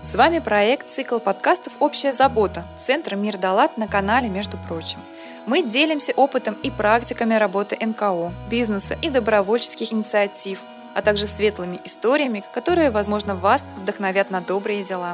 С вами проект «Цикл подкастов «Общая забота» Центра «Мир Далат» на канале «Между прочим». Мы делимся опытом и практиками работы НКО, бизнеса и добровольческих инициатив, а также светлыми историями, которые, возможно, вас вдохновят на добрые дела.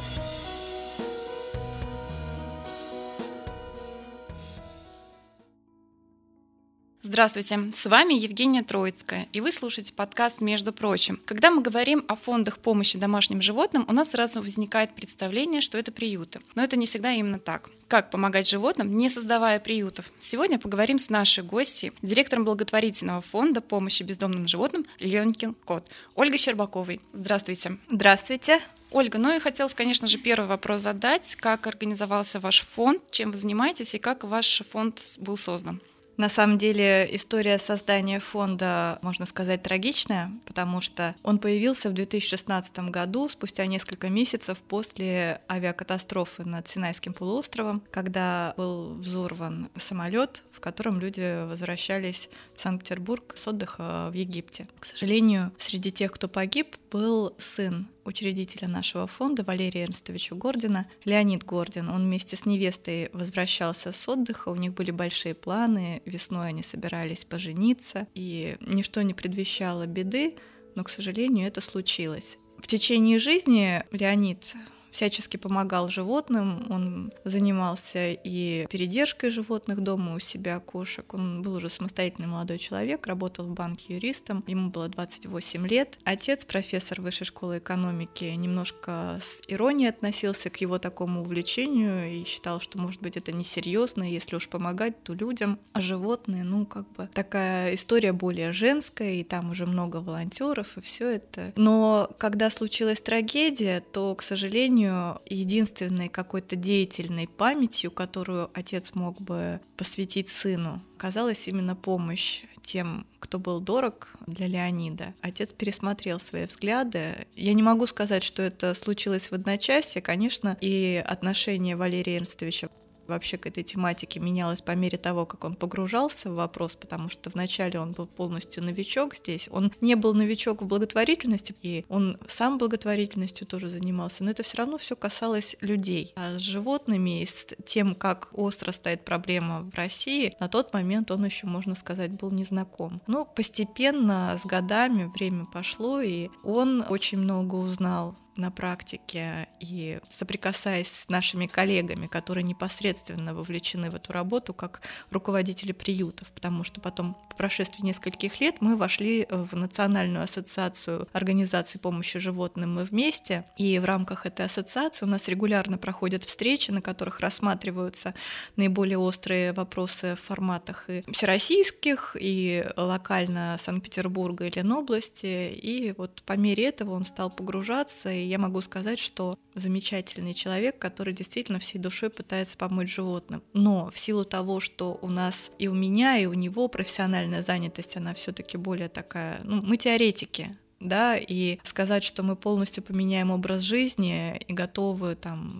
Здравствуйте, с вами Евгения Троицкая, и вы слушаете подкаст «Между прочим». Когда мы говорим о фондах помощи домашним животным, у нас сразу возникает представление, что это приюты. Но это не всегда именно так. Как помогать животным, не создавая приютов? Сегодня поговорим с нашей гостьей, директором благотворительного фонда помощи бездомным животным «Ленькин кот» Ольгой Щербаковой. Здравствуйте. Здравствуйте. Ольга, ну и хотелось, конечно же, первый вопрос задать. Как организовался ваш фонд, чем вы занимаетесь и как ваш фонд был создан? На самом деле история создания фонда, можно сказать, трагичная, потому что он появился в 2016 году, спустя несколько месяцев после авиакатастрофы над Синайским полуостровом, когда был взорван самолет, в котором люди возвращались в Санкт-Петербург с отдыха в Египте. К сожалению, среди тех, кто погиб, был сын учредителя нашего фонда Валерия Эрнстовича Гордина, Леонид Гордин. Он вместе с невестой возвращался с отдыха, у них были большие планы, весной они собирались пожениться, и ничто не предвещало беды, но, к сожалению, это случилось. В течение жизни Леонид всячески помогал животным, он занимался и передержкой животных дома у себя, кошек. Он был уже самостоятельный молодой человек, работал в банке юристом, ему было 28 лет. Отец, профессор высшей школы экономики, немножко с иронией относился к его такому увлечению и считал, что, может быть, это несерьезно, если уж помогать, то людям, а животные, такая история более женская, и там уже много волонтеров, и все это. Но когда случилась трагедия, то, к сожалению, единственной какой-то деятельной памятью, которую отец мог бы посвятить сыну, оказалась именно помощь тем, кто был дорог для Леонида. Отец пересмотрел свои взгляды. Я не могу сказать, что это случилось в одночасье. Конечно, и отношение Валерия Эрнстовича вообще к этой тематике менялось по мере того, как он погружался в вопрос, потому что вначале он был полностью новичок здесь. Он не был новичок в благотворительности, и он сам благотворительностью тоже занимался, но это все равно все касалось людей. А с животными и с тем, как остро стоит проблема в России, на тот момент он еще, можно сказать, был незнаком. Но постепенно, с годами, время пошло, и он очень много узнал на практике и соприкасаясь с нашими коллегами, которые непосредственно вовлечены в эту работу как руководители приютов, потому что потом, по прошествии нескольких лет, мы вошли в Национальную ассоциацию организаций помощи животным «Мы вместе», и в рамках этой ассоциации у нас регулярно проходят встречи, на которых рассматриваются наиболее острые вопросы в форматах и всероссийских, и локально Санкт-Петербурга и Ленобласти, и вот по мере этого он стал погружаться, и я могу сказать, что замечательный человек, который действительно всей душой пытается помочь животным. Но в силу того, что у нас и у меня, и у него профессиональная занятость, она все-таки более такая, мы теоретики, да, и сказать, что мы полностью поменяем образ жизни и готовы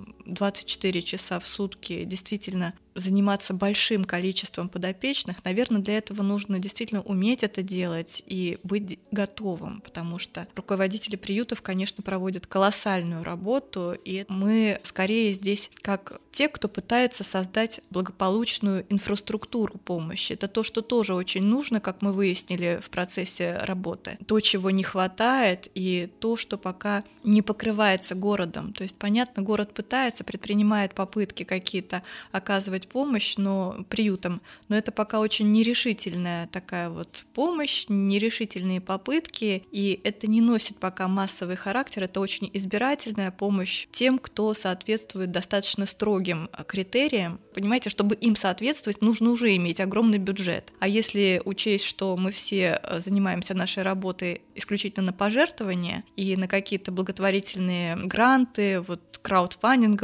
24 часа в сутки действительно заниматься большим количеством подопечных, наверное, для этого нужно действительно уметь это делать и быть готовым, потому что руководители приютов, конечно, проводят колоссальную работу, и мы скорее здесь как те, кто пытается создать благополучную инфраструктуру помощи. Это то, что тоже очень нужно, как мы выяснили в процессе работы. То, чего не хватает, и то, что пока не покрывается городом. То есть, понятно, город пытается, предпринимает попытки какие-то оказывать помощь, приютам, но это пока очень нерешительная такая вот помощь, нерешительные попытки, и это не носит пока массовый характер, это очень избирательная помощь тем, кто соответствует достаточно строгим критериям. Понимаете, чтобы им соответствовать, нужно уже иметь огромный бюджет. А если учесть, что мы все занимаемся нашей работой исключительно на пожертвования и на какие-то благотворительные гранты, краудфандинговые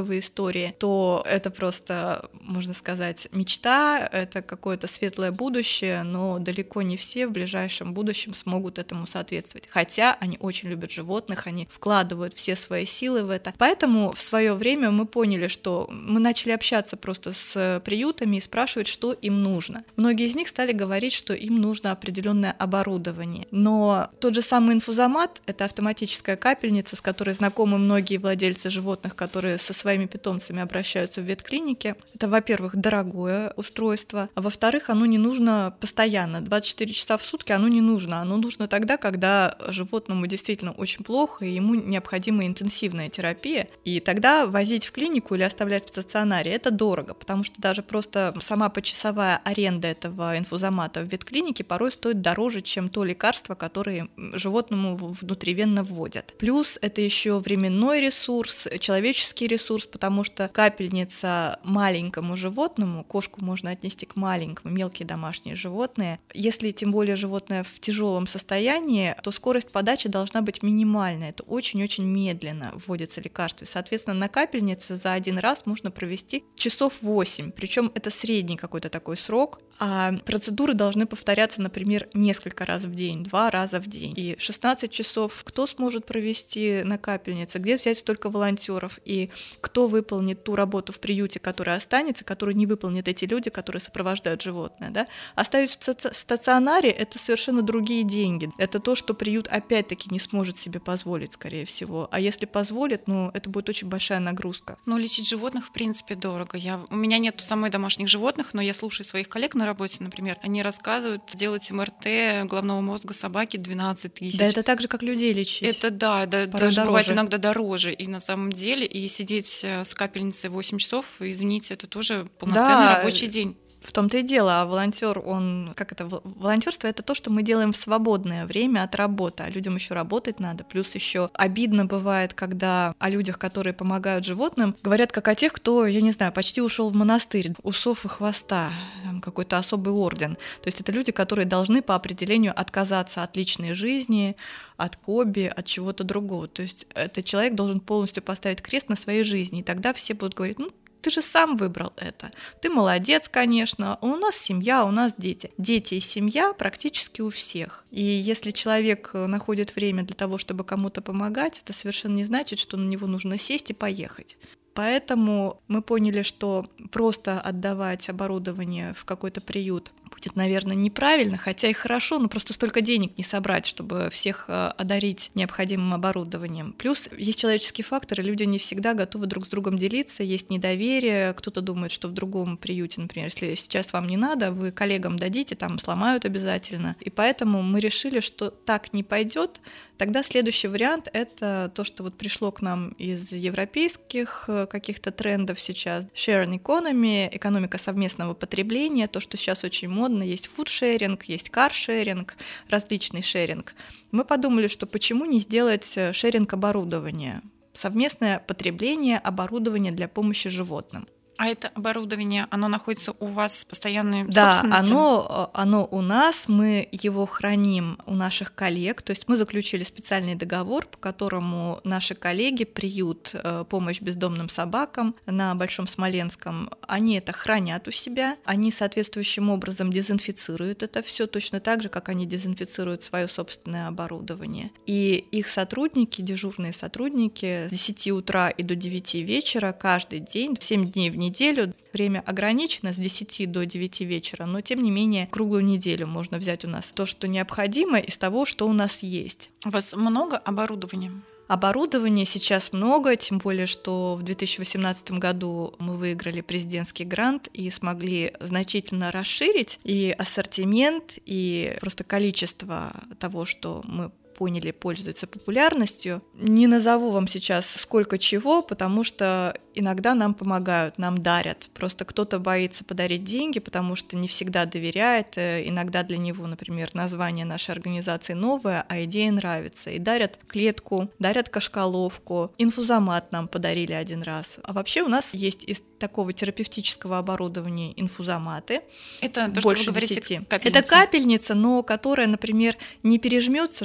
пиковые истории, то это просто, можно сказать, мечта, это какое-то светлое будущее, но далеко не все в ближайшем будущем смогут этому соответствовать. Хотя они очень любят животных, они вкладывают все свои силы в это. Поэтому в свое время мы поняли, что мы начали общаться просто с приютами и спрашивать, что им нужно. Многие из них стали говорить, что им нужно определенное оборудование. Но тот же самый инфузомат — это автоматическая капельница, с которой знакомы многие владельцы животных, которые со своими питомцами обращаются в ветклинике. Это, во-первых, дорогое устройство, а во-вторых, оно не нужно постоянно. 24 часа в сутки оно не нужно. Оно нужно тогда, когда животному действительно очень плохо, и ему необходима интенсивная терапия. И тогда возить в клинику или оставлять в стационаре — это дорого, потому что даже просто сама почасовая аренда этого инфузомата в ветклинике порой стоит дороже, чем то лекарство, которое животному внутривенно вводят. Плюс это еще временной ресурс, человеческий ресурс, потому что капельница маленькому животному, кошку можно отнести к маленькому, мелкие домашние животные, если тем более животное в тяжелом состоянии, то скорость подачи должна быть минимальная. Это очень-очень медленно вводится лекарство. И, соответственно, на капельнице за один раз можно провести часов 8, причем это средний какой-то такой срок, а процедуры должны повторяться, например, несколько раз в день, 2 раза в день. И 16 часов кто сможет провести на капельнице, где взять столько волонтеров, и кто выполнит ту работу в приюте, которая останется, которую не выполнят эти люди, которые сопровождают животное, да? Оставить в стационаре — это совершенно другие деньги. Это то, что приют опять-таки не сможет себе позволить, скорее всего. А если позволит, это будет очень большая нагрузка. Лечить животных, в принципе, дорого. У меня нет самой домашних животных, но я слушаю своих коллег на работе, например, они рассказывают, делать МРТ головного мозга собаки 12 тысяч. Да, это так же, как людей лечить. Это даже дороже. Бывает иногда дороже. И на самом деле, и сидеть с капельницей 8 часов, извините, это тоже полноценный рабочий день. В том-то и дело, а волонтер, волонтерство — это то, что мы делаем в свободное время от работы, а людям еще работать надо. Плюс еще обидно бывает, когда о людях, которые помогают животным, говорят как о тех, кто, я не знаю, почти ушел в монастырь, усов и хвоста, какой-то особый орден. То есть это люди, которые должны по определению отказаться от личной жизни, от хобби, от чего-то другого. То есть этот человек должен полностью поставить крест на своей жизни, и тогда все будут говорить: ты же сам выбрал это. Ты молодец, конечно. У нас семья, у нас дети. Дети и семья практически у всех. И если человек находит время для того, чтобы кому-то помогать, это совершенно не значит, что на него нужно сесть и поехать. Поэтому мы поняли, что просто отдавать оборудование в какой-то приют будет, наверное, неправильно, хотя и хорошо, но просто столько денег не собрать, чтобы всех одарить необходимым оборудованием. Плюс есть человеческий фактор, и люди не всегда готовы друг с другом делиться, есть недоверие, кто-то думает, что в другом приюте, например, если сейчас вам не надо, вы коллегам дадите, там сломают обязательно. И поэтому мы решили, что так не пойдет. Тогда следующий вариант — это то, что пришло к нам из европейских каких-то трендов сейчас. Sharing economy, экономика совместного потребления, то, что сейчас очень модно, есть фудшеринг, есть каршеринг, различный шеринг. Мы подумали, что почему не сделать шеринг оборудования, совместное потребление оборудования для помощи животным. А это оборудование, оно находится у вас в постоянной собственности? Да, оно у нас, мы его храним у наших коллег, то есть мы заключили специальный договор, по которому наши коллеги, приют «Помощь бездомным собакам» на Большом Смоленском, они это хранят у себя, они соответствующим образом дезинфицируют это все точно так же, как они дезинфицируют свое собственное оборудование. И их сотрудники, дежурные сотрудники, с 10 утра и до 9 вечера каждый день, 7 дней в неделю, время ограничено с 10 до 9 вечера, но тем не менее круглую неделю можно взять у нас то, что необходимо из того, что у нас есть. У вас много оборудования? Оборудования сейчас много, тем более, что в 2018 году мы выиграли президентский грант и смогли значительно расширить и ассортимент, и просто количество того, что мы поняли, пользуется популярностью. Не назову вам сейчас сколько чего, потому что иногда нам помогают, нам дарят. Просто кто-то боится подарить деньги, потому что не всегда доверяет. Иногда для него, например, название нашей организации новое, а идея нравится. И дарят клетку, дарят кашкаловку. Инфузомат нам подарили один раз. А вообще у нас есть из такого терапевтического оборудования инфузоматы. Это то, что вы говорите, 10. Капельница. Это капельница, но которая, например, не пережмется животное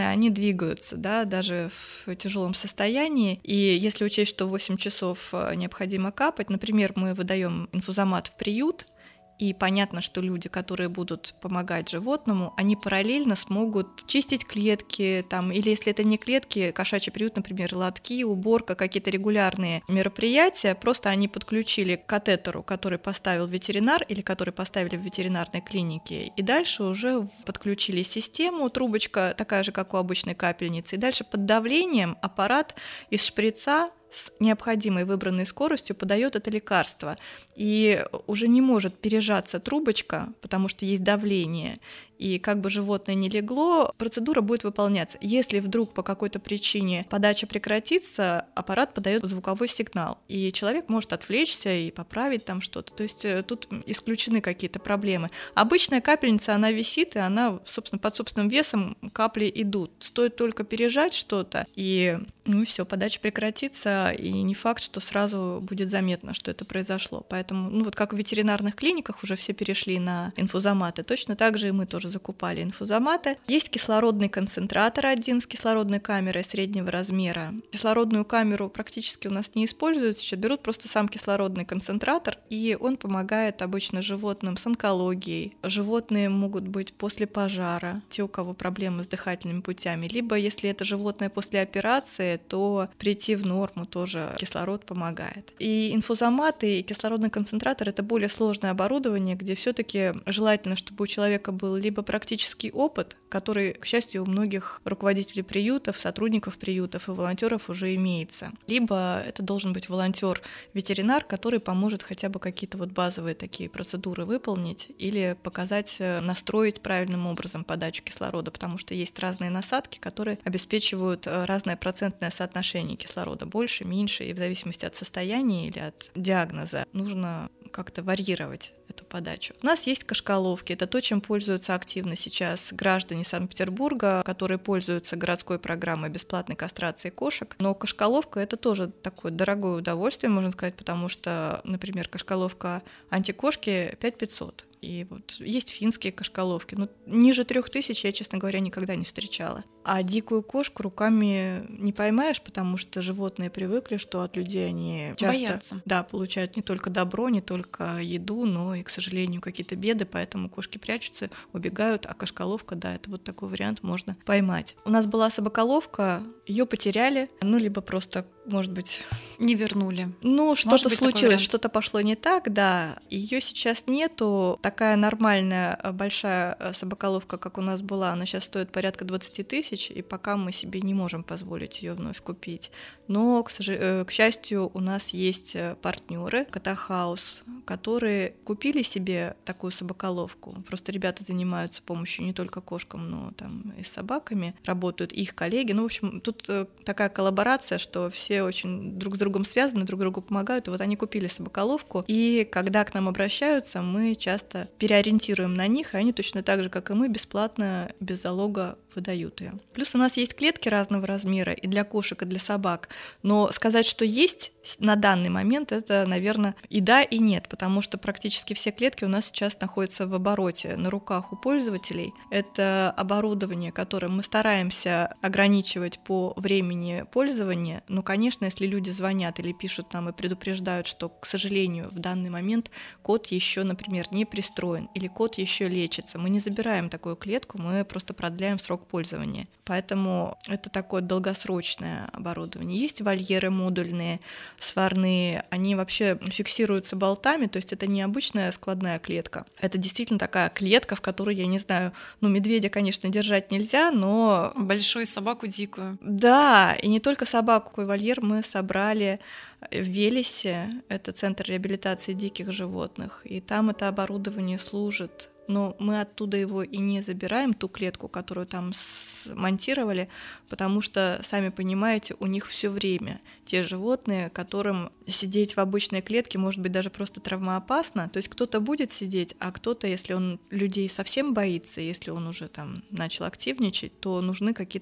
животные, они двигаются, да, даже в тяжелом состоянии. И если учесть, что 8 часов необходимо капать, например, мы выдаем инфузомат в приют, и понятно, что люди, которые будут помогать животному, они параллельно смогут чистить клетки, там, или если это не клетки, кошачий приют, например, лотки, уборка, какие-то регулярные мероприятия, просто они подключили к катетеру, который поставил ветеринар или который поставили в ветеринарной клинике, и дальше уже подключили систему, трубочка такая же, как у обычной капельницы, и дальше под давлением аппарат из шприца с необходимой выбранной скоростью подает это лекарство. И уже не может пережаться трубочка, потому что есть давление. И как бы животное не легло, процедура будет выполняться. Если вдруг по какой-то причине подача прекратится, аппарат подает звуковой сигнал, и человек может отвлечься и поправить там что-то. То есть тут исключены какие-то проблемы. Обычная капельница, она висит, и она, собственно, под собственным весом капли идут. Стоит только пережать что-то, и все, подача прекратится, и не факт, что сразу будет заметно, что это произошло. Поэтому, вот как в ветеринарных клиниках уже все перешли на инфузоматы, точно так же и мы тоже закупали инфузоматы. Есть кислородный концентратор один с кислородной камерой среднего размера. Кислородную камеру практически у нас не используют, сейчас берут просто сам кислородный концентратор, и он помогает обычно животным с онкологией. Животные могут быть после пожара, те, у кого проблемы с дыхательными путями, либо если это животное после операции, то прийти в норму тоже кислород помогает. И инфузоматы, и кислородный концентратор — это более сложное оборудование, где все-таки желательно, чтобы у человека был либо практический опыт, который, к счастью, у многих руководителей приютов, сотрудников приютов и волонтеров уже имеется, либо это должен быть волонтер-ветеринар, который поможет хотя бы какие-то базовые такие процедуры выполнить или показать, настроить правильным образом подачу кислорода, потому что есть разные насадки, которые обеспечивают разное процентное соотношение кислорода, больше, меньше, и в зависимости от состояния или от диагноза нужно как-то варьировать эту подачу. У нас есть кошколовки. Это то, чем пользуются активно сейчас граждане Санкт-Петербурга, которые пользуются городской программой бесплатной кастрации кошек. Но кошколовка — это тоже такое дорогое удовольствие, можно сказать, потому что, например, кошколовка антикошки 5500. И есть финские кошколовки, но ниже 3000 я, честно говоря, никогда не встречала. А дикую кошку руками не поймаешь, потому что животные привыкли, что от людей они часто боятся. Да, получают не только добро, не только еду, но и, к сожалению, какие-то беды, поэтому кошки прячутся, убегают, а кошколовка, да, это такой вариант можно поймать. У нас была собаколовка, ее потеряли, либо просто, может быть, не вернули. Что-то случилось, что-то пошло не так, да. Ее сейчас нету. Такая нормальная большая собаколовка, как у нас была, она сейчас стоит порядка 20 000, и пока мы себе не можем позволить ее вновь купить. Но, к счастью, у нас есть партнеры Котахаус, которые купили себе такую собаколовку. Просто ребята занимаются помощью не только кошкам, но там и с собаками работают, их коллеги. В общем, тут такая коллаборация, что все очень друг с другом связаны, друг другу помогают. И они купили собаколовку, и когда к нам обращаются, мы часто переориентируем на них, и они точно так же, как и мы, бесплатно, без залога выдают ее. Плюс у нас есть клетки разного размера и для кошек, и для собак. Но сказать, что есть на данный момент, это, наверное, и да, и нет, потому что практически все клетки у нас сейчас находятся в обороте, на руках у пользователей. Это оборудование, которое мы стараемся ограничивать по времени пользования. Но, конечно, если люди звонят или пишут нам и предупреждают, что, к сожалению, в данный момент кот еще, например, не пристроен или кот еще лечится, мы не забираем такую клетку, мы просто продляем срок пользования. Поэтому это такое долгосрочное оборудование. Есть вольеры модульные, сварные, они вообще фиксируются болтами, то есть это не обычная складная клетка. Это действительно такая клетка, в которой, я не знаю, медведя, конечно, держать нельзя, но... Большую собаку дикую. Да, и не только собаку, какой вольер мы собрали в Велесе, это центр реабилитации диких животных, и там это оборудование служит. Но мы оттуда его и не забираем, ту клетку, которую там смонтировали, потому что, сами понимаете, у них все время те животные, которым сидеть в обычной клетке может быть даже просто травмоопасно. То есть кто-то будет сидеть, а кто-то, если он людей совсем боится, если он уже там начал активничать, то нужны какие-то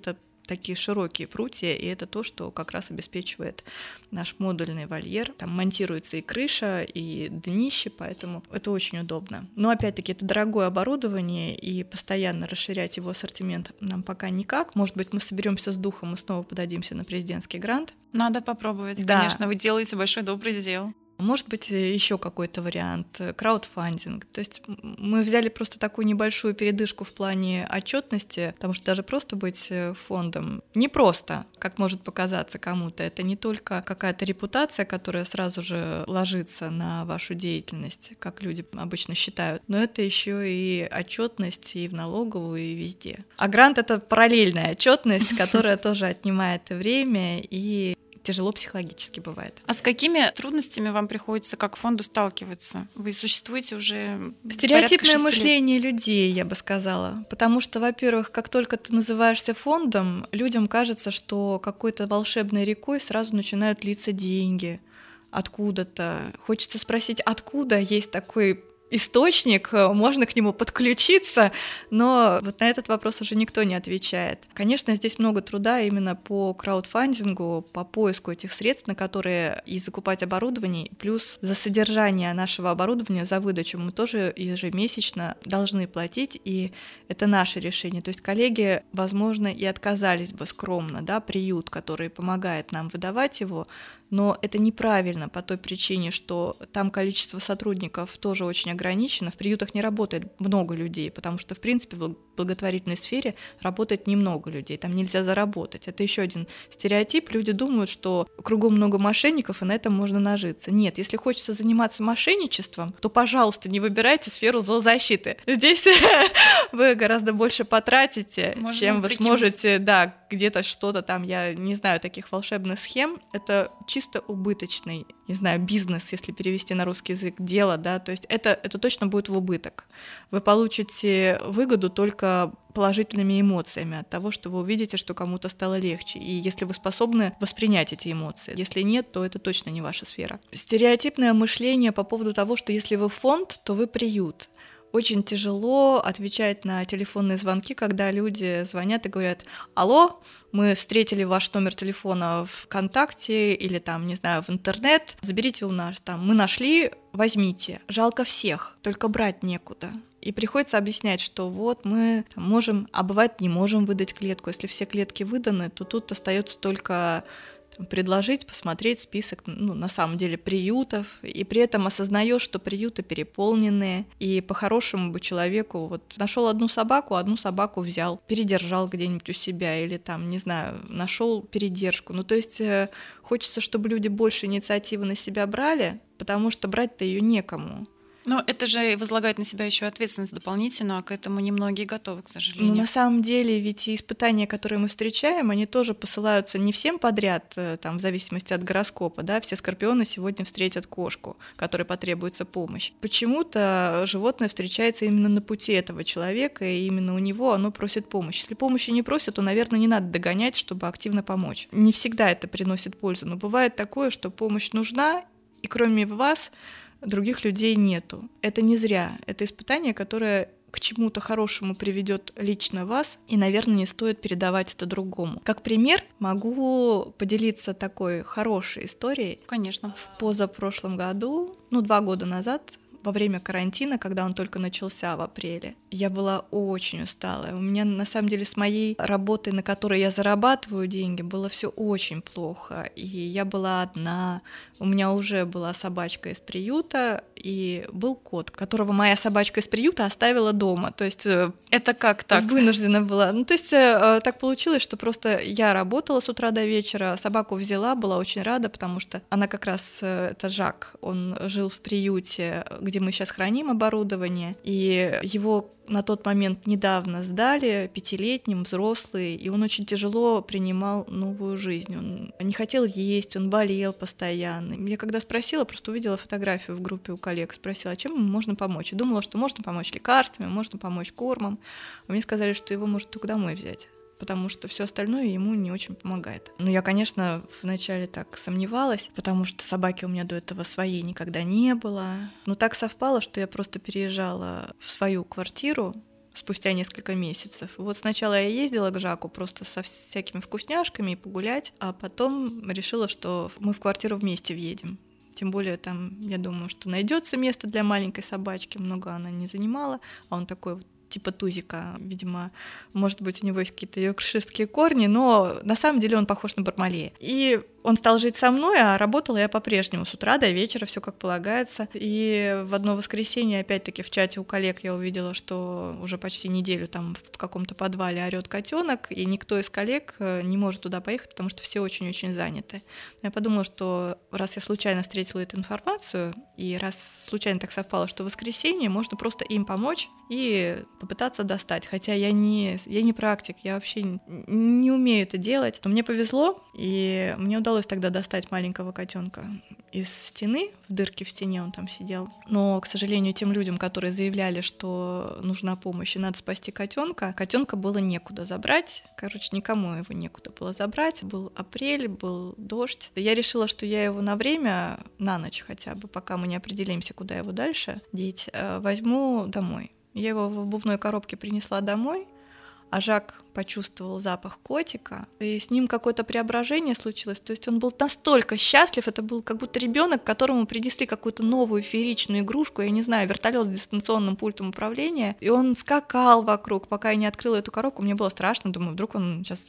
такие широкие прутья, и это то, что как раз обеспечивает наш модульный вольер. Там монтируется и крыша, и днище, поэтому это очень удобно. Но опять-таки это дорогое оборудование, и постоянно расширять его ассортимент нам пока никак. Может быть, мы соберемся с духом и снова подадимся на президентский грант. Надо попробовать, Да. конечно, вы делаете большой добрый дел. Может быть, еще какой-то вариант, краудфандинг. То есть мы взяли просто такую небольшую передышку в плане отчетности, потому что даже просто быть фондом непросто, как может показаться кому-то. Это не только какая-то репутация, которая сразу же ложится на вашу деятельность, как люди обычно считают, но это еще и отчетность и в налоговую, и везде. А грант — это параллельная отчетность, которая тоже отнимает время и тяжело психологически бывает. А с какими трудностями вам приходится как фонду сталкиваться? Вы существуете уже Стереотипное порядка 6 лет. мышление людей, я бы сказала. Потому что, во-первых, как только ты называешься фондом, людям кажется, что какой-то волшебной рекой сразу начинают литься деньги откуда-то. Хочется спросить, откуда есть такой источник, можно к нему подключиться, но вот на этот вопрос уже никто не отвечает. Конечно, здесь много труда именно по краудфандингу, по поиску этих средств, на которые и закупать оборудование, плюс за содержание нашего оборудования, за выдачу мы тоже ежемесячно должны платить, и это наше решение. То есть коллеги, возможно, и отказались бы скромно, да, приют, который помогает нам выдавать его, но это неправильно по той причине, что там количество сотрудников тоже очень ограничено. В приютах не работает много людей, потому что, в принципе, в благотворительной сфере работает немного людей, там нельзя заработать. Это еще один стереотип. Люди думают, что кругом много мошенников, и на этом можно нажиться. Нет, если хочется заниматься мошенничеством, то, пожалуйста, не выбирайте сферу зоозащиты. Здесь вы гораздо больше потратите, чем вы сможете, да, где-то что-то там, я не знаю таких волшебных схем. Это чисто убыточный, не знаю, бизнес, если перевести на русский язык, дело, да, то есть это точно будет в убыток. Вы получите выгоду только положительными эмоциями от того, что вы увидите, что кому-то стало легче, и если вы способны воспринять эти эмоции. Если нет, то это точно не ваша сфера. Стереотипное мышление по поводу того, что если вы фонд, то вы приют. Очень тяжело отвечать на телефонные звонки, когда люди звонят и говорят: «Алло, мы встретили ваш номер телефона в ВКонтакте или там, не знаю, в интернет, заберите у нас, там, мы нашли, возьмите, жалко всех, только брать некуда». И приходится объяснять, что вот мы можем, а бывает не можем выдать клетку. Если все клетки выданы, то тут остается только предложить, посмотреть список, на самом деле, приютов, и при этом осознаешь, что приюты переполненные, и по-хорошему бы человеку вот нашел одну собаку взял, передержал где-нибудь у себя, или там, не знаю, нашел передержку. То есть хочется, чтобы люди больше инициативы на себя брали, потому что брать-то ее некому. Но это же возлагает на себя еще ответственность дополнительную, а к этому немногие готовы, к сожалению. На самом деле, ведь и испытания, которые мы встречаем, они тоже посылаются не всем подряд, там, в зависимости от гороскопа, да, все скорпионы сегодня встретят кошку, которой потребуется помощь. Почему-то животное встречается именно на пути этого человека, и именно у него оно просит помощи. Если помощи не просит, то, наверное, не надо догонять, чтобы активно помочь. Не всегда это приносит пользу, но бывает такое, что помощь нужна, и кроме вас других людей нету. Это не зря. Это испытание, которое к чему-то хорошему приведет лично вас, и, наверное, не стоит передавать это другому. Как пример могу поделиться такой хорошей историей. Конечно. В позапрошлом году, 2 года назад, во время карантина, когда он только начался в апреле, я была очень усталая. У меня, на самом деле, с моей работой, на которой я зарабатываю деньги, было все очень плохо. И я была одна. У меня уже была собачка из приюта, и был кот, которого моя собачка из приюта оставила дома. То есть это как так? Вынуждена была. Так получилось, что просто я работала с утра до вечера, собаку взяла, была очень рада, потому что она как раз, это Жак, он жил в приюте, где мы сейчас храним оборудование, и его на тот момент недавно сдали, 5-летним, взрослый, и он очень тяжело принимал новую жизнь. Он не хотел есть, он болел постоянно. Я когда спросила, просто увидела фотографию в группе у коллег, спросила, а чем ему можно помочь? И думала, что можно помочь лекарствами, можно помочь кормом. А мне сказали, что его может только домой взять, потому что все остальное ему не очень помогает. Я, конечно, вначале так сомневалась, потому что собаки у меня до этого своей никогда не было. Но так совпало, что я просто переезжала в свою квартиру спустя несколько месяцев. Вот сначала я ездила к Жаку просто со всякими вкусняшками и погулять, а потом решила, что мы в квартиру вместе въедем. Тем более там, я думаю, что найдется место для маленькой собачки, много она не занимала, а он такой вот типа тузика, видимо, может быть, у него есть какие-то йоркширские корни, но на самом деле он похож на Бармалея. И он стал жить со мной, а работала я по-прежнему с утра до вечера, все как полагается. И в одно воскресенье, опять-таки, в чате у коллег я увидела, что уже почти неделю там в каком-то подвале орёт котенок, и никто из коллег не может туда поехать, потому что все очень-очень заняты. Я подумала, что раз я случайно встретила эту информацию, и раз случайно так совпало, что в воскресенье, можно просто им помочь и попытаться достать. Хотя я не практик, я вообще не умею это делать. Но мне повезло, и мне удалось тогда достать маленького котенка из стены, в дырке в стене он там сидел. Но, к сожалению, тем людям, которые заявляли, что нужна помощь и надо спасти котенка было некуда забрать. Короче, никому его некуда было забрать. Был апрель, был дождь. Я решила, что я его на время, на ночь хотя бы, пока мы не определимся, куда его дальше деть, возьму домой. Я его в обувной коробке принесла домой, а Жак почувствовал запах котика, и с ним какое-то преображение случилось. То есть он был настолько счастлив, это был как будто ребенок, которому принесли какую-то новую фееричную игрушку, я не знаю, вертолет с дистанционным пультом управления, и он скакал вокруг, пока я не открыла эту коробку. Мне было страшно, думаю, вдруг он сейчас,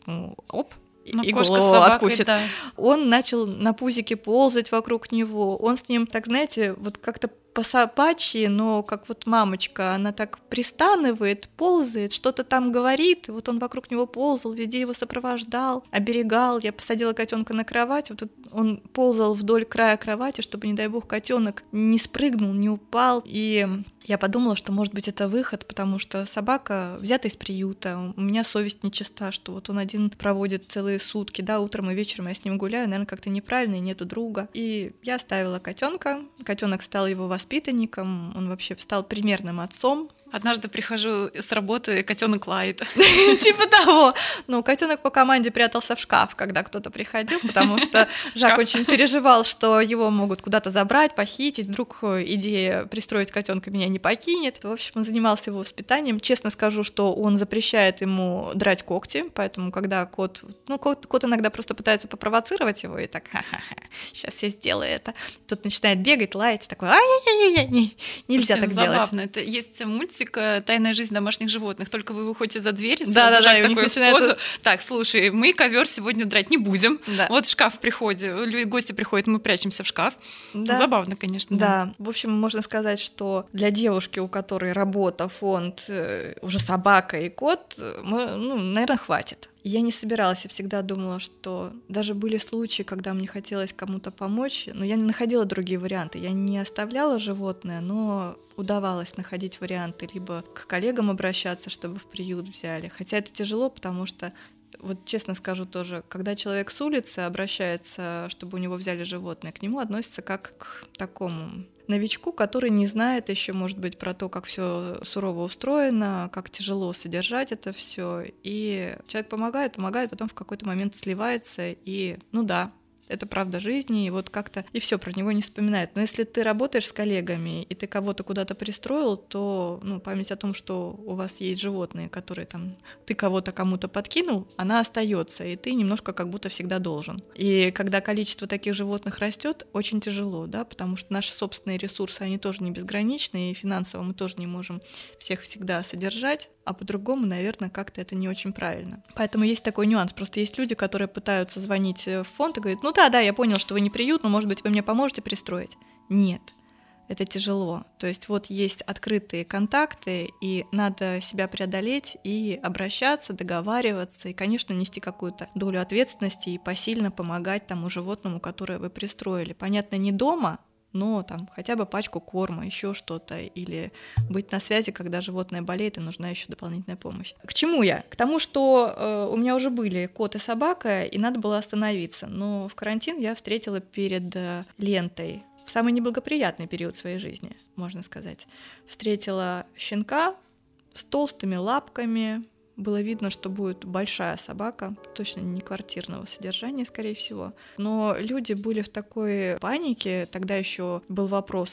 и голову откусит. Да. Он начал на пузике ползать вокруг него, он с ним, так знаете, вот как-то по-собачьи, но как вот мамочка, она так пристанывает, ползает, что-то там говорит, и вот он вокруг него ползал, везде его сопровождал, оберегал. Я посадила котенка на кровать, вот он ползал вдоль края кровати, чтобы, не дай бог, котенок не спрыгнул, не упал, и я подумала, что, может быть, это выход, потому что собака взята из приюта, у меня совесть нечиста, что вот он один проводит целые сутки, да, утром и вечером я с ним гуляю, наверное, как-то неправильно, и нету друга. И я оставила котенка, котенок стал его воспитанником, он вообще стал примерным отцом. Однажды прихожу с работы, котенок лает. Типа того. Но котенок по команде прятался в шкаф, когда кто-то приходил, потому что Жак очень переживал, что его могут куда-то забрать, похитить. Вдруг идея пристроить котенка меня не покинет. В общем, он занимался его воспитанием. Честно скажу, что он запрещает ему драть когти, поэтому когда кот иногда просто пытается попровоцировать его и так, ха-ха-ха, сейчас я сделаю это. Тут начинает бегать, лаять, такой, ай-яй-яй-яй, нельзя так делать. Забавно. Это есть мультик «Тайная жизнь домашних животных», только вы выходите за дверь, сразу Жак такой в позу. Так, слушай, мы ковер сегодня драть не будем. Да. Вот шкаф в приходе, гости приходят, мы прячемся в шкаф. Да. Забавно, конечно. Да. В общем, можно сказать, что для девушки, у которой работа, фонд, уже собака и кот, наверное, хватит. Я не собиралась, я всегда думала, что даже были случаи, когда мне хотелось кому-то помочь, но я не находила другие варианты. Я не оставляла животное, но удавалось находить варианты, либо к коллегам обращаться, чтобы в приют взяли. Хотя это тяжело, потому что, вот честно скажу тоже, когда человек с улицы обращается, чтобы у него взяли животное, к нему относятся как к такому новичку, который не знает еще, может быть, про то, как все сурово устроено, как тяжело содержать это все. И человек помогает, потом в какой-то момент сливается, и это правда жизни, и вот как-то и все про него не вспоминает. Но если ты работаешь с коллегами, и ты кого-то куда-то пристроил, то память о том, что у вас есть животные, которые там ты кого-то кому-то подкинул, она остается, и ты немножко как будто всегда должен. И когда количество таких животных растет, очень тяжело, да, потому что наши собственные ресурсы, они тоже не безграничны, и финансово мы тоже не можем всех всегда содержать, а по-другому, наверное, как-то это не очень правильно. Поэтому есть такой нюанс. Просто есть люди, которые пытаются звонить в фонд и говорят, да, я понял, что вы не приют, но, может быть, вы мне поможете пристроить. Нет, это тяжело. То есть вот есть открытые контакты, и надо себя преодолеть и обращаться, договариваться, и, конечно, нести какую-то долю ответственности и посильно помогать тому животному, которое вы пристроили. Понятно, не дома, но там хотя бы пачку корма, еще что-то, или быть на связи, когда животное болеет и нужна еще дополнительная помощь. К чему я? К тому, что у меня уже были кот и собака, и надо было остановиться. Но в карантин я встретила перед лентой в самый неблагоприятный период своей жизни, можно сказать. Встретила щенка с толстыми лапками. Было видно, что будет большая собака, точно не квартирного содержания, скорее всего. Но люди были в такой панике, тогда еще был вопрос,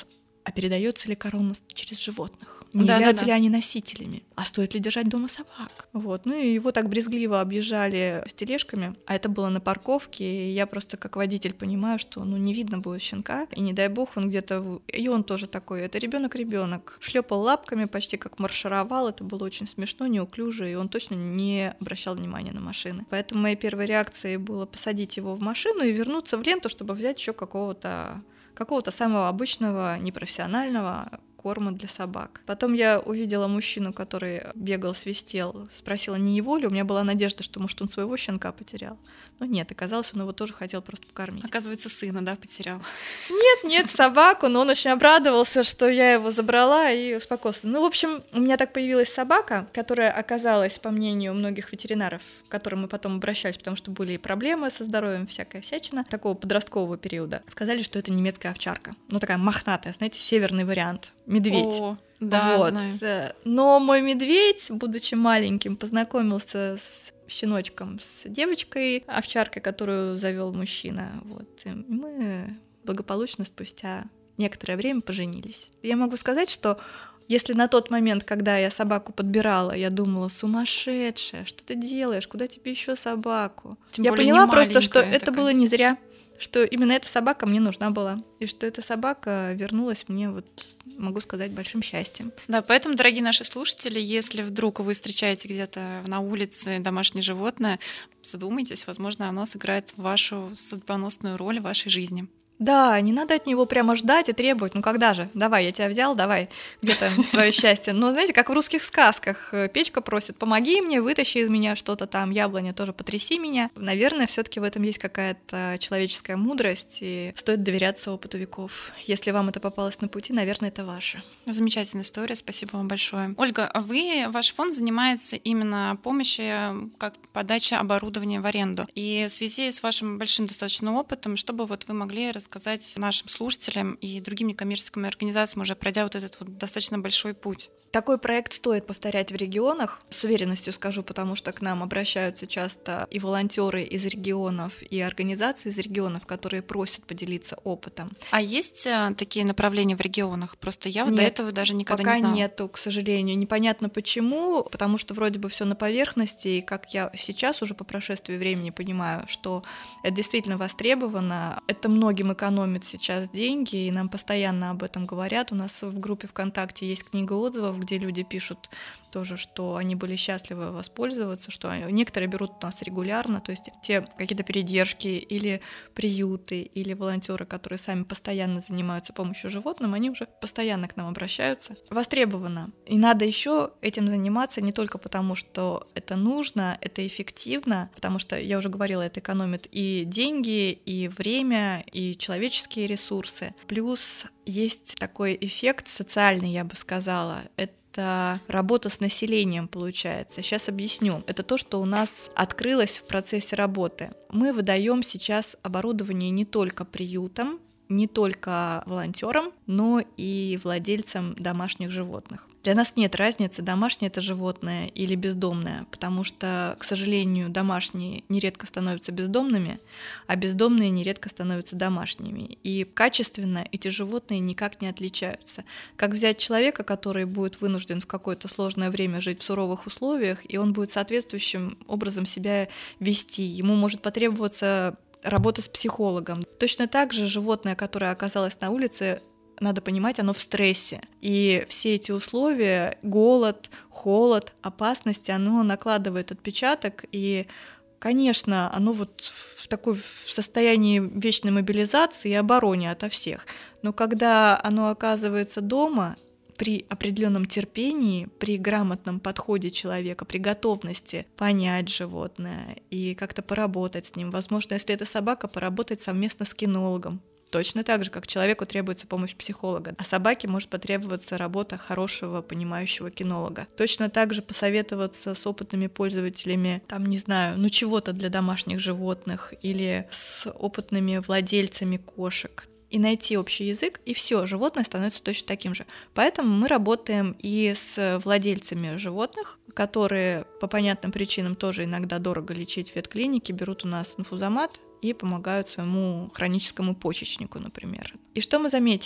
а передается ли корона через животных? Не являются ли они носителями? А стоит ли держать дома собак? Вот. Ну и его так брезгливо объезжали с тележками, а это было на парковке, и я просто как водитель понимаю, что не видно будет щенка, и не дай бог он где-то... И он тоже такой, это ребенок шлепал лапками, почти как маршировал, это было очень смешно, неуклюже, и он точно не обращал внимания на машины. Поэтому моей первой реакцией было посадить его в машину и вернуться в ленту, чтобы взять еще какого-то самого обычного, непрофессионального корма для собак. Потом я увидела мужчину, который бегал, свистел, спросила, не его ли, у меня была надежда, что, может, он своего щенка потерял. Но нет, оказалось, он его тоже хотел просто покормить. Оказывается, сына, потерял? Нет, собаку, но он очень обрадовался, что я его забрала и успокоился. В общем, у меня так появилась собака, которая оказалась, по мнению многих ветеринаров, к которым мы потом обращались, потому что были и проблемы со здоровьем, всякая всячина, такого подросткового периода. Сказали, что это немецкая овчарка. Такая мохнатая, знаете, северный вариант. Медведь. О, да, знаю. Но мой медведь, будучи маленьким, познакомился с щеночком, с девочкой, овчаркой, которую завел мужчина. И мы благополучно спустя некоторое время поженились. Я могу сказать, что если на тот момент, когда я собаку подбирала, я думала, сумасшедшая, что ты делаешь, куда тебе еще собаку? Я поняла просто, что это было не зря, что именно эта собака мне нужна была, и что эта собака вернулась мне, могу сказать, большим счастьем. Да, поэтому, дорогие наши слушатели, если вдруг вы встречаете где-то на улице домашнее животное, задумайтесь, возможно, оно сыграет вашу судьбоносную роль в вашей жизни. Да, не надо от него прямо ждать и требовать. Когда же? Давай, я тебя взял, давай, где-то твое счастье. Но знаете, как в русских сказках, Печка просит, помоги мне, вытащи из меня что-то там, яблоня тоже потряси меня. Наверное, все-таки в этом есть какая-то человеческая мудрость, и стоит доверяться опыту веков. Если вам это попалось на пути, наверное, это ваше. Замечательная история, спасибо вам большое. Ольга, а ваш фонд занимается именно помощью, как подача оборудования в аренду. И в связи с вашим большим достаточно опытом, чтобы вы могли рассказать нашим слушателям и другим некоммерческим организациям, уже пройдя этот достаточно большой путь? Такой проект стоит повторять в регионах, с уверенностью скажу, потому что к нам обращаются часто и волонтеры из регионов, и организации из регионов, которые просят поделиться опытом. А есть такие направления в регионах? Просто я до этого даже никогда не знала. Пока нету, к сожалению. Непонятно почему, потому что вроде бы все на поверхности, и как я сейчас уже по прошествии времени понимаю, что это действительно востребовано, это многим экономит сейчас деньги, и нам постоянно об этом говорят. У нас в группе ВКонтакте есть книга отзывов, где люди пишут тоже, что они были счастливы воспользоваться, что некоторые берут у нас регулярно, то есть те какие-то передержки или приюты, или волонтеры, которые сами постоянно занимаются помощью животным, они уже постоянно к нам обращаются. Востребовано. И надо еще этим заниматься не только потому, что это нужно, это эффективно, потому что, я уже говорила, это экономит и деньги, и время, и человеческие ресурсы. Плюс есть такой эффект социальный, я бы сказала, это работа с населением получается. Сейчас объясню. Это то, что у нас открылось в процессе работы. Мы выдаем сейчас оборудование не только приютам, не только волонтерам, но и владельцам домашних животных. Для нас нет разницы, домашнее это животное или бездомное, потому что, к сожалению, домашние нередко становятся бездомными, а бездомные нередко становятся домашними. И качественно эти животные никак не отличаются. Как взять человека, который будет вынужден в какое-то сложное время жить в суровых условиях, и он будет соответствующим образом себя вести. Ему может потребоваться работа с психологом. Точно так же животное, которое оказалось на улице, надо понимать, оно в стрессе. И все эти условия, голод, холод, опасности, оно накладывает отпечаток. И, конечно, оно в состоянии вечной мобилизации и обороне ото всех. Но когда оно оказывается дома, при определенном терпении, при грамотном подходе человека, при готовности понять животное и как-то поработать с ним. Возможно, если это собака, поработать совместно с кинологом. Точно так же, как человеку требуется помощь психолога, а собаке может потребоваться работа хорошего, понимающего кинолога. Точно так же посоветоваться с опытными пользователями, чего-то для домашних животных или с опытными владельцами кошек. И найти общий язык, и все, животное становится точно таким же. Поэтому мы работаем и с владельцами животных, которые по понятным причинам тоже иногда дорого лечить в ветклинике, берут у нас инфузомат и помогают своему хроническому почечнику, например. И что мы заметили?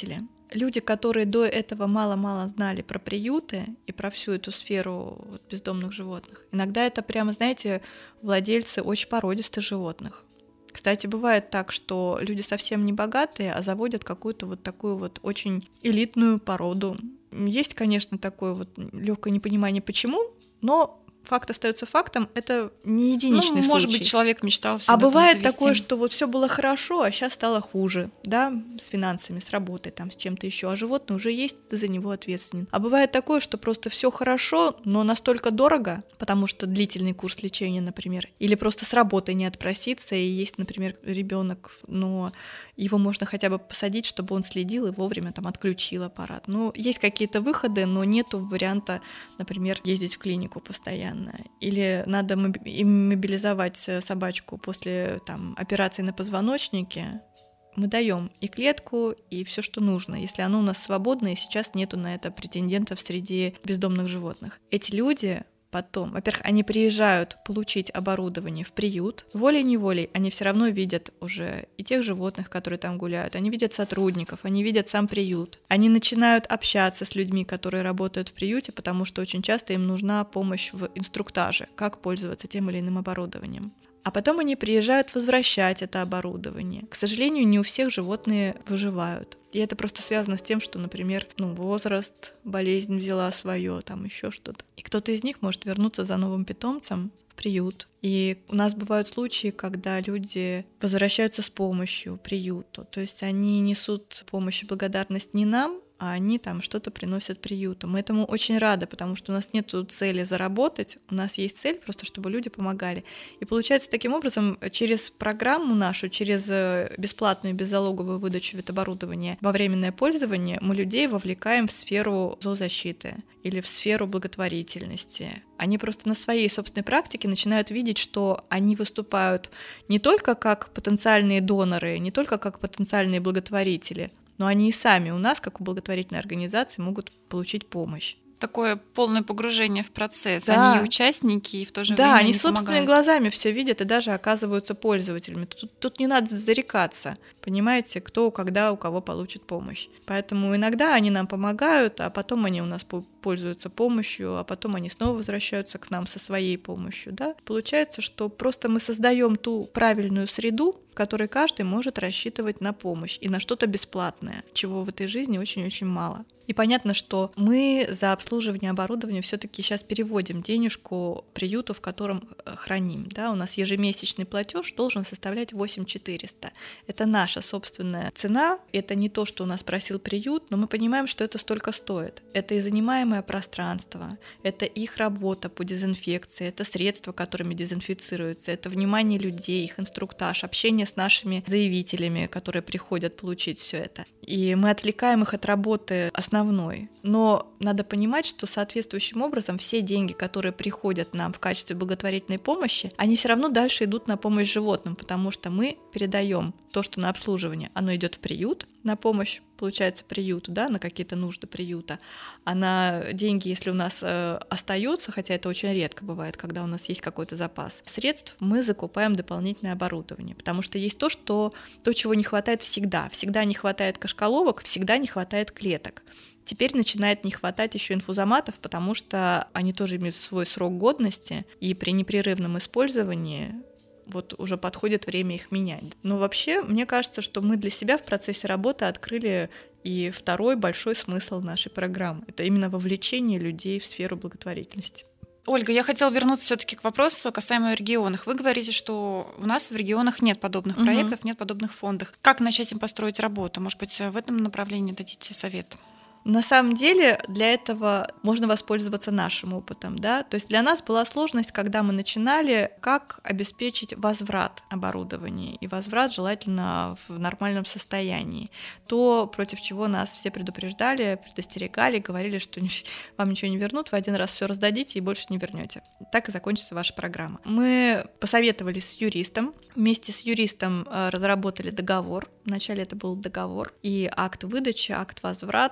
люди, которые до этого мало-мало знали про приюты и про всю эту сферу бездомных животных, иногда это прямо, знаете, владельцы очень породистых животных. Кстати, бывает так, что люди совсем не богатые, а заводят какую-то вот такую вот очень элитную породу. Есть, конечно, такое вот легкое непонимание, почему, но факт остается фактом, это не единичный случай. Может быть, человек мечтал всегда. А бывает такое, что вот все было хорошо, а сейчас стало хуже, да, с финансами, с работой, там, с чем-то еще, а животное уже есть, ты за него ответственен. А бывает такое, что просто все хорошо, но настолько дорого, потому что длительный курс лечения, например, или просто с работы не отпроситься, и есть, например, ребенок, но его можно хотя бы посадить, чтобы он следил и вовремя там отключил аппарат. Ну, есть какие-то выходы, но нету варианта, например, ездить в клинику постоянно. Или надо иммобилизовать собачку после там, операции на позвоночнике. Мы даем и клетку, и все, что нужно, если оно у нас свободно, и сейчас нету на это претендентов среди бездомных животных. Эти люди потом, во-первых, они приезжают получить оборудование в приют, волей-неволей они все равно видят уже и тех животных, которые там гуляют, они видят сотрудников, они видят сам приют, они начинают общаться с людьми, которые работают в приюте, потому что очень часто им нужна помощь в инструктаже, как пользоваться тем или иным оборудованием. А потом они приезжают возвращать это оборудование. К сожалению, не у всех животные выживают. И это просто связано с тем, что, например, возраст, болезнь взяла свое, там еще что-то. И кто-то из них может вернуться за новым питомцем в приют. И у нас бывают случаи, когда люди возвращаются с помощью приюту. То есть они несут помощь и благодарность не нам, а они там что-то приносят приюту. Мы этому очень рады, потому что у нас нет цели заработать, у нас есть цель просто, чтобы люди помогали. И получается, таким образом, через программу нашу, через бесплатную беззалоговую выдачу ветоборудования во временное пользование мы людей вовлекаем в сферу зоозащиты или в сферу благотворительности. Они просто на своей собственной практике начинают видеть, что они выступают не только как потенциальные доноры, не только как потенциальные благотворители, но они и сами у нас, как у благотворительной организации, могут получить помощь. Такое полное погружение в процесс. Да. Они и участники, и в то же время они они собственными помогают. глазами все видят и даже оказываются пользователями. Тут не надо зарекаться. Понимаете, кто, когда, у кого получит помощь. Поэтому иногда они нам помогают, а потом они у нас пользуются помощью, а потом они снова возвращаются к нам со своей помощью. Да? Получается, что просто мы создаем ту правильную среду, в которой каждый может рассчитывать на помощь и на что-то бесплатное, чего в этой жизни очень-очень мало. И понятно, что мы за обслуживание оборудования все-таки сейчас переводим денежку приюту, в котором храним. Да? У нас ежемесячный платеж должен составлять 8400. Это наша собственная цена, это не то, что у нас просил приют, но мы понимаем, что это столько стоит. Это и занимаемое пространство, это их работа по дезинфекции, это средства, которыми дезинфицируются, это внимание людей, их инструктаж, общение с нашими заявителями, которые приходят получить все это. И мы отвлекаем их от работы основной. Но надо понимать, что соответствующим образом все деньги, которые приходят нам в качестве благотворительной помощи, они все равно дальше идут на помощь животным, потому что мы передаем то, что на обслуживание, оно идет в приют, на помощь, получается, приюту, да, на какие-то нужды приюта, а на деньги, если у нас остается, хотя это очень редко бывает, когда у нас есть какой-то запас средств, мы закупаем дополнительное оборудование, потому что есть то, чего не хватает всегда. Всегда не хватает кашкаловок, всегда не хватает клеток. Теперь начинает не хватать еще инфузоматов, потому что они тоже имеют свой срок годности, и при непрерывном использовании вот уже подходит время их менять. Но вообще, мне кажется, что мы для себя в процессе работы открыли и второй большой смысл нашей программы. Это именно вовлечение людей в сферу благотворительности. Ольга, я хотела вернуться все-таки к вопросу касаемо регионов. Вы говорите, что у нас в регионах нет подобных проектов, нет подобных фондов. Как начать им построить работу? Может быть, в этом направлении дадите совет? На самом деле для этого можно воспользоваться нашим опытом, да? То есть для нас была сложность, когда мы начинали, как обеспечить возврат оборудования, и возврат желательно в нормальном состоянии. То, против чего нас все предупреждали, предостерегали, говорили, что вам ничего не вернут, вы один раз все раздадите и больше не вернете. Так и закончится ваша программа. Мы посоветовались с юристом, вместе с юристом разработали договор. Вначале это был договор и акт выдачи, акт возврата.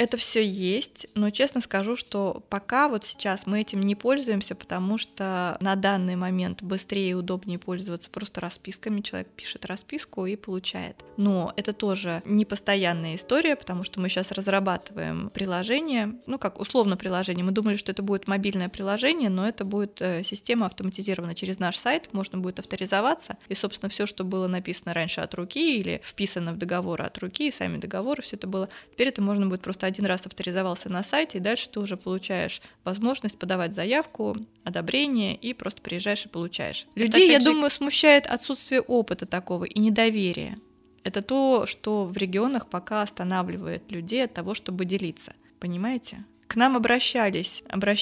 Это все есть, но честно скажу, что пока вот сейчас мы этим не пользуемся, потому что на данный момент быстрее и удобнее пользоваться просто расписками. Человек пишет расписку и получает. Но это тоже не постоянная история, потому что мы сейчас разрабатываем приложение, как условно приложение. Мы думали, что это будет мобильное приложение, но это будет система автоматизирована через наш сайт, можно будет авторизоваться, и, собственно, все, что было написано раньше от руки или вписано в договоры от руки, и сами договоры, все это было. Теперь это можно будет просто один раз авторизовался на сайте, и дальше ты уже получаешь возможность подавать заявку, одобрение, и просто приезжаешь и получаешь. Людей, я думаю, смущает отсутствие опыта такого и недоверие. Это то, что в регионах пока останавливает людей от того, чтобы делиться. Понимаете? К нам обращались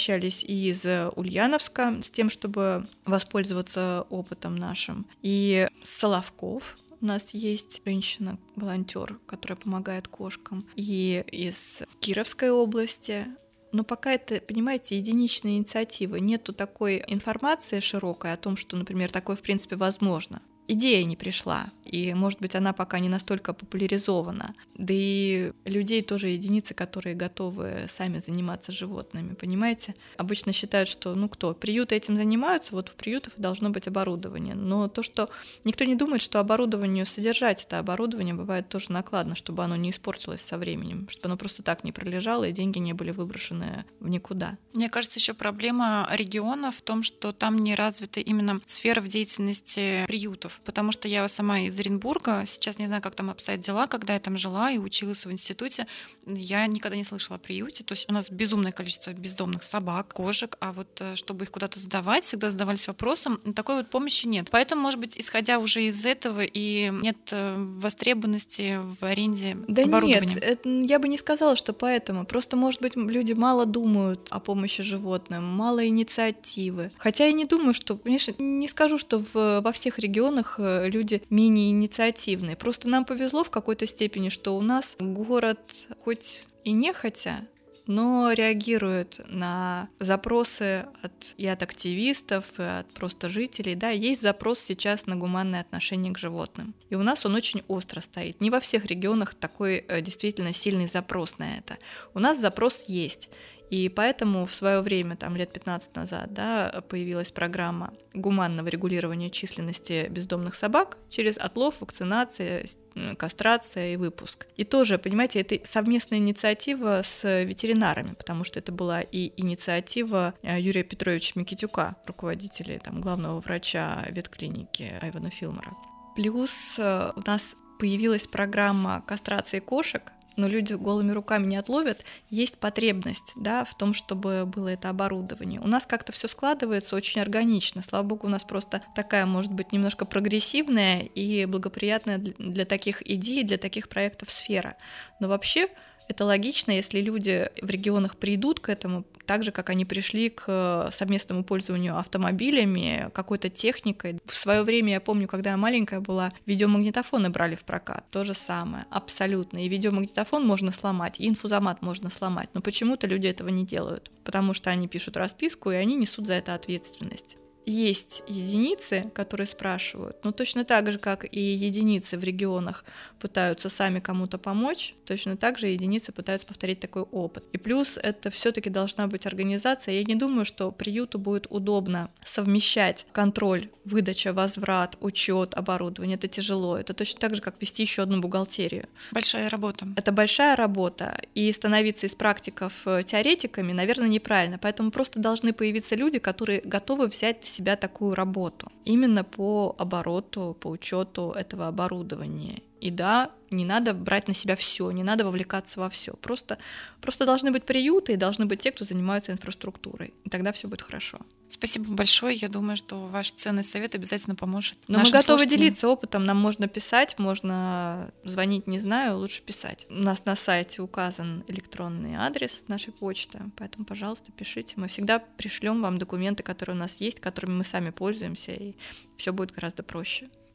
и из Ульяновска с тем, чтобы воспользоваться опытом нашим, и с Соловков. У нас есть женщина-волонтер, которая помогает кошкам, и из Кировской области. Но пока это, понимаете, единичная инициатива. Нету такой информации широкой о том, что, например, такое в принципе возможно. Идея не пришла, и, может быть, она пока не настолько популяризована. Да и людей тоже единицы, которые готовы сами заниматься животными, понимаете? Обычно считают, что, приюты этим занимаются, вот в приютах должно быть оборудование. Но то, что никто не думает, что оборудованию содержать это оборудование бывает тоже накладно, чтобы оно не испортилось со временем, чтобы оно просто так не пролежало, и деньги не были выброшены в никуда. Мне кажется, еще проблема региона в том, что там не развита именно сфера в деятельности приютов. Потому что я сама из Оренбурга, сейчас не знаю, как там обстоят дела, когда я там жила и училась в институте, я никогда не слышала о приюте. То есть у нас безумное количество бездомных собак, кошек, а вот чтобы их куда-то сдавать, всегда задавались вопросом, такой вот помощи нет. Поэтому, может быть, исходя уже из этого, и нет востребованности в аренде оборудования. Нет, я бы не сказала, что поэтому. Просто, может быть, люди мало думают о помощи животным, мало инициативы. Хотя я не думаю, что, конечно, не скажу, что во всех регионах люди менее инициативные. Просто нам повезло в какой-то степени, что у нас город хоть и нехотя, но реагирует на запросы от активистов, и от просто жителей. Да, есть запрос сейчас на гуманное отношение к животным. И у нас он очень остро стоит. Не во всех регионах такой действительно сильный запрос на это. У нас запрос есть. И поэтому в свое время, лет 15 назад, появилась программа гуманного регулирования численности бездомных собак через отлов, вакцинация, кастрация и выпуск. И тоже, понимаете, это совместная инициатива с ветеринарами, потому что это была и инициатива Юрия Петровича Микитюка, руководителя главного врача ветклиники Айвана Филмора. Плюс у нас появилась программа кастрации кошек, но люди голыми руками не отловят, есть потребность, в том, чтобы было это оборудование. У нас как-то все складывается очень органично. Слава богу, у нас просто такая, может быть, немножко прогрессивная и благоприятная для таких идей, для таких проектов сфера. Но вообще это логично, если люди в регионах придут к этому, так же, как они пришли к совместному пользованию автомобилями, какой-то техникой. В свое время, я помню, когда я маленькая была, видеомагнитофоны брали в прокат. То же самое, абсолютно. И видеомагнитофон можно сломать, и инфузомат можно сломать. Но почему-то люди этого не делают, потому что они пишут расписку, и они несут за это ответственность. Есть единицы, которые спрашивают, но точно так же, как и единицы в регионах пытаются сами кому-то помочь, точно так же единицы пытаются повторить такой опыт. И плюс это все-таки должна быть организация. Я не думаю, что приюту будет удобно совмещать контроль, выдача, возврат, учет, оборудование. Это тяжело. Это точно так же, как вести еще одну бухгалтерию. Большая работа. Это большая работа. И становиться из практиков теоретиками, наверное, неправильно. Поэтому просто должны появиться люди, которые готовы взять на себя такую работу. Именно по обороту, по учету этого оборудования. И да, не надо брать на себя все, не надо вовлекаться во все. Просто должны быть приюты и должны быть те, кто занимается инфраструктурой. И тогда все будет хорошо. Спасибо большое. Я думаю, что ваш ценный совет обязательно поможет. Но мы готовы делиться опытом. Нам можно писать, можно звонить, не знаю, лучше писать. У нас на сайте указан электронный адрес нашей почты, поэтому, пожалуйста, пишите. Мы всегда пришлем вам документы, которые у нас есть, которыми мы сами пользуемся, и все будет гораздо проще.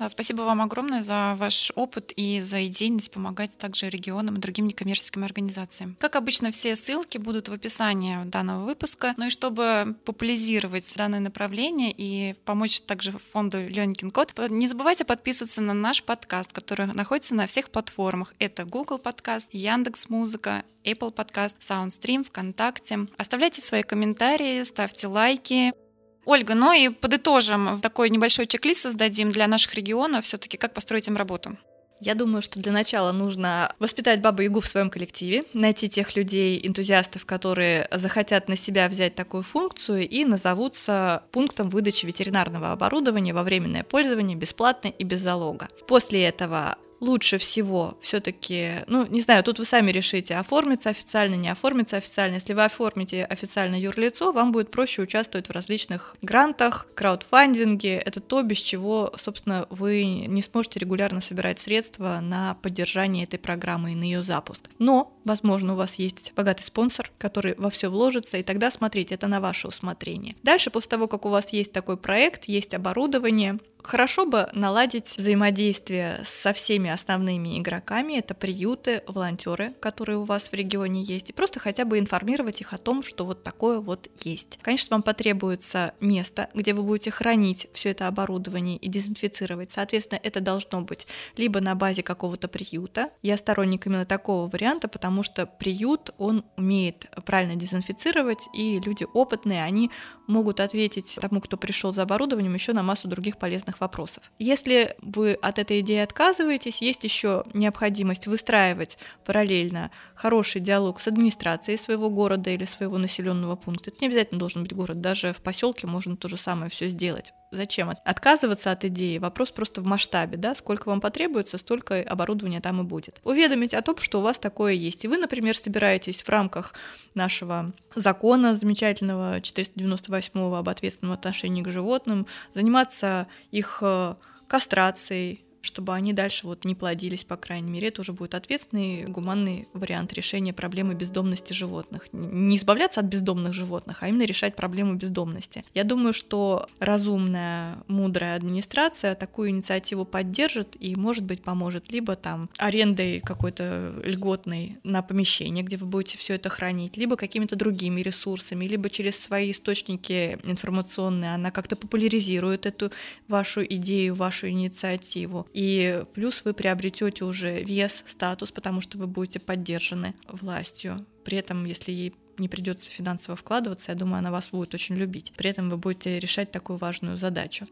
Да, спасибо вам огромное за ваш опыт и за идейность помогать также регионам и другим некоммерческим организациям. Как обычно, все ссылки будут в описании данного выпуска. Ну и чтобы популяризировать данное направление и помочь также фонду Ленькин код, не забывайте подписываться на наш подкаст, который находится на всех платформах. Это Google подкаст, Яндекс.Музыка, Apple подкаст, Soundstream, ВКонтакте. Оставляйте свои комментарии, ставьте лайки. Ольга, ну и подытожим, такой небольшой чек-лист создадим для наших регионов, все-таки как построить им работу. Я думаю, что для начала нужно воспитать Бабу-Ягу в своем коллективе, найти тех людей, энтузиастов, которые захотят на себя взять такую функцию и назовутся пунктом выдачи ветеринарного оборудования во временное пользование бесплатно и без залога. После этого лучше всего все-таки, не знаю, тут вы сами решите, оформиться официально, не оформиться официально. Если вы оформите официально юрлицо, вам будет проще участвовать в различных грантах, краудфандинге. Это то, без чего, собственно, вы не сможете регулярно собирать средства на поддержание этой программы и на ее запуск. Но, возможно, у вас есть богатый спонсор, который во все вложится, и тогда, смотрите, это на ваше усмотрение. Дальше, после того, как у вас есть такой проект, есть оборудование, хорошо бы наладить взаимодействие со всеми основными игроками, это приюты, волонтеры, которые у вас в регионе есть, и просто хотя бы информировать их о том, что вот такое вот есть. Конечно, вам потребуется место, где вы будете хранить все это оборудование и дезинфицировать. Соответственно, это должно быть либо на базе какого-то приюта. Я сторонник именно такого варианта, потому что приют, он умеет правильно дезинфицировать, и люди опытные, они могут ответить тому, кто пришел за оборудованием, еще на массу других полезных вопросов. Если вы от этой идеи отказываетесь, есть еще необходимость выстраивать параллельно хороший диалог с администрацией своего города или своего населенного пункта. Это не обязательно должен быть город, даже в поселке можно то же самое все сделать. Зачем отказываться от идеи? Вопрос просто в масштабе, да? Сколько вам потребуется, столько оборудования там и будет. Уведомить о том, что у вас такое есть. И вы, например, собираетесь в рамках нашего закона замечательного 498-го об ответственном отношении к животным заниматься их кастрацией, чтобы они дальше не плодились, по крайней мере. Это уже будет ответственный, гуманный вариант решения проблемы бездомности животных. Не избавляться от бездомных животных, а именно решать проблему бездомности. Я думаю, что разумная, мудрая администрация такую инициативу поддержит и, может быть, поможет либо арендой какой-то льготной на помещение, где вы будете все это хранить, либо какими-то другими ресурсами, либо через свои источники информационные она как-то популяризирует эту вашу идею, вашу инициативу. И плюс вы приобретете уже вес, статус, потому что вы будете поддержаны властью. При этом, если ей не придется финансово вкладываться, я думаю, она вас будет очень любить. При этом вы будете решать такую важную задачу.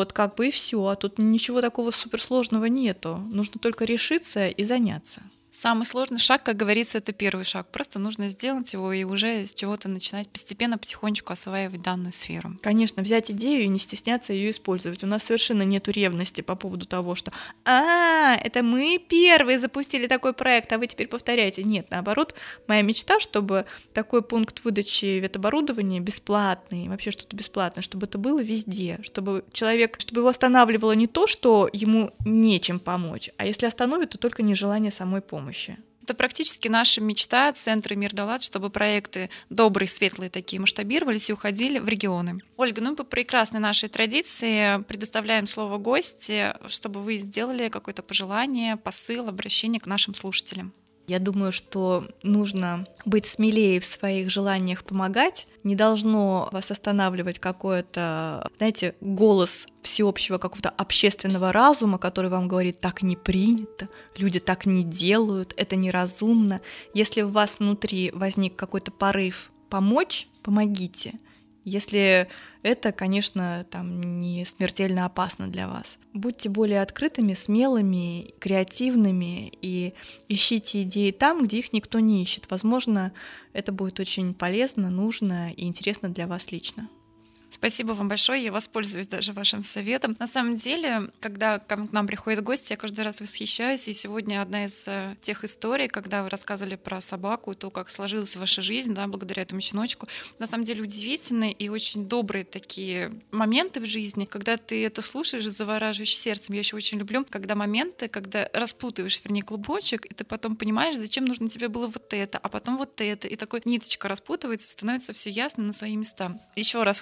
И все. А тут ничего такого суперсложного нету. Нужно только решиться и заняться. Самый сложный шаг, как говорится, это первый шаг. Просто нужно сделать его и уже с чего-то начинать постепенно, потихонечку осваивать данную сферу. Конечно, взять идею и не стесняться ее использовать. У нас совершенно нету ревности по поводу того, что это мы первые запустили такой проект, а вы теперь повторяете. Нет, наоборот, моя мечта, чтобы такой пункт выдачи ветоборудования бесплатный, вообще что-то бесплатное, чтобы это было везде, чтобы его останавливало не то, что ему нечем помочь, а если остановит, то только нежелание самой помощи. Это практически наша мечта Центра Мир да Лад, чтобы проекты добрые, светлые такие масштабировались и уходили в регионы. Ольга, по прекрасной нашей традиции предоставляем слово гости, чтобы вы сделали какое-то пожелание, посыл, обращение к нашим слушателям. Я думаю, что нужно быть смелее в своих желаниях помогать. Не должно вас останавливать какой-то, голос всеобщего какого-то общественного разума, который вам говорит: так не принято, люди так не делают, это неразумно. Если у вас внутри возник какой-то порыв помочь, помогите. Если это, конечно, не смертельно опасно для вас. Будьте более открытыми, смелыми, креативными и ищите идеи там, где их никто не ищет. Возможно, это будет очень полезно, нужно и интересно для вас лично. Спасибо вам большое, я воспользуюсь даже вашим советом. На самом деле, когда к нам приходят гости, я каждый раз восхищаюсь, и сегодня одна из тех историй, когда вы рассказывали про собаку и то, как сложилась ваша жизнь, благодаря этому щеночку, на самом деле удивительные и очень добрые такие моменты в жизни, когда ты это слушаешь, завораживаешь сердцем. Я еще очень люблю, когда распутываешь, клубочек, и ты потом понимаешь, зачем нужно тебе было вот это, а потом вот это, и такой ниточка распутывается, становится все ясно на свои места. Еще раз вы меня вернули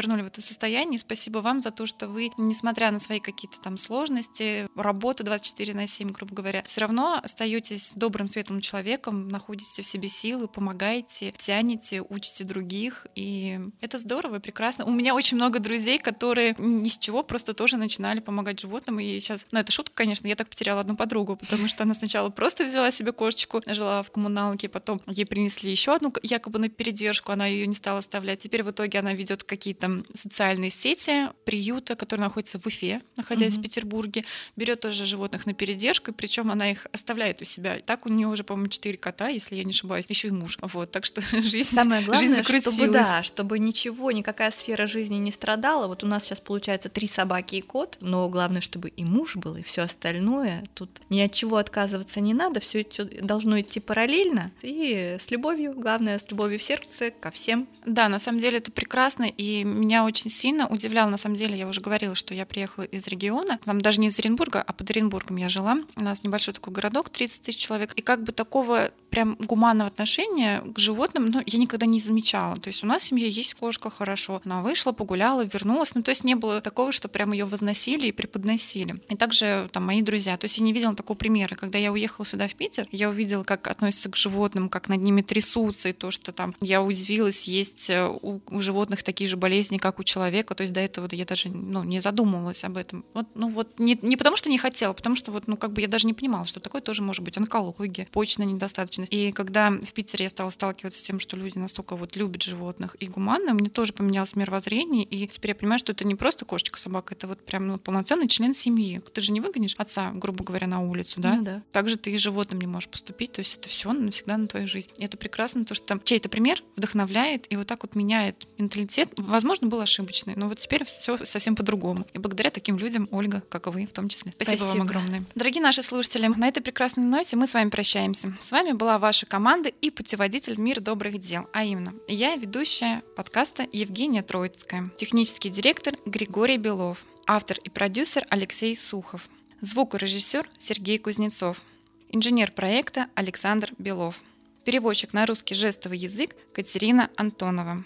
шагнули в это состояние. Спасибо вам за то, что вы, несмотря на свои какие-то там сложности, работу 24/7, грубо говоря, все равно остаетесь добрым, светлым человеком, находите в себе силы, помогаете, тянете, учите других. И это здорово и прекрасно. У меня очень много друзей, которые ни с чего просто тоже начинали помогать животным. И сейчас, это шутка, конечно, я так потеряла одну подругу, потому что она сначала просто взяла себе кошечку, жила в коммуналке, потом ей принесли еще одну якобы на передержку, она ее не стала оставлять. Теперь в итоге она ведет какие-то социальные сети, приюта, которые находятся в Уфе, находясь в Петербурге, берет тоже животных на передержку, и причем она их оставляет у себя. И так у нее уже, по-моему, 4 кота, если я не ошибаюсь, еще и муж. Вот, так что жизнь, самое главное, жизнь закрутилась. чтобы ничего, никакая сфера жизни не страдала. Вот у нас сейчас получается 3 собаки и кот, но главное, чтобы и муж был, и все остальное. Тут ни от чего отказываться не надо, все должно идти параллельно и с любовью, главное, с любовью в сердце ко всем. Да, на самом деле это прекрасно, и меня очень сильно удивляло, на самом деле, я уже говорила, что я приехала из региона, там даже не из Оренбурга, а под Оренбургом я жила, у нас небольшой такой городок, 30 тысяч человек, и как бы такого прям гуманного отношения к животным, я никогда не замечала. То есть у нас в семье есть кошка, хорошо, она вышла, погуляла, вернулась, то есть не было такого, что прям ее возносили и преподносили. И также там мои друзья, то есть я не видела такого примера. Когда я уехала сюда в Питер, я увидела, как относятся к животным, как над ними трясутся, и то, что там я удивилась, есть у животных такие же болезни, как у человека, то есть до этого я даже не задумывалась об этом. Не потому что не хотела, потому что я даже не понимала, что такое тоже может быть онкология, почечная недостаточность. И когда в Питере я стала сталкиваться с тем, что люди настолько любят животных и гуманно, мне тоже поменялось мировоззрение, и теперь я понимаю, что это не просто кошечка, собака, это прям полноценный член семьи. Ты же не выгонишь отца, грубо говоря, на улицу, да? Да. Также ты и с животным не можешь поступить, то есть это все навсегда на твою жизнь. И это прекрасно, то, что чей-то пример вдохновляет и вот так меняет менталитет. Возможно, был ошибочный, но теперь все совсем по-другому. И благодаря таким людям, Ольга, как и вы в том числе. Спасибо вам огромное. Дорогие наши слушатели, на этой прекрасной ноте мы с вами прощаемся. С вами была ваша команда и путеводитель в мир добрых дел, а именно я, ведущая подкаста Евгения Троицкая, технический директор Григорий Белов, автор и продюсер Алексей Сухов, звукорежиссер Сергей Кузнецов, инженер проекта Александр Белов, переводчик на русский жестовый язык Катерина Антонова.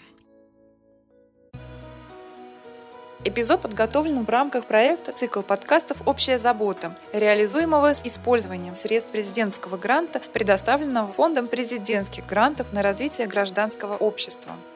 Эпизод подготовлен в рамках проекта «Цикл подкастов «Общая забота», реализуемого с использованием средств президентского гранта, предоставленного Фондом президентских грантов на развитие гражданского общества.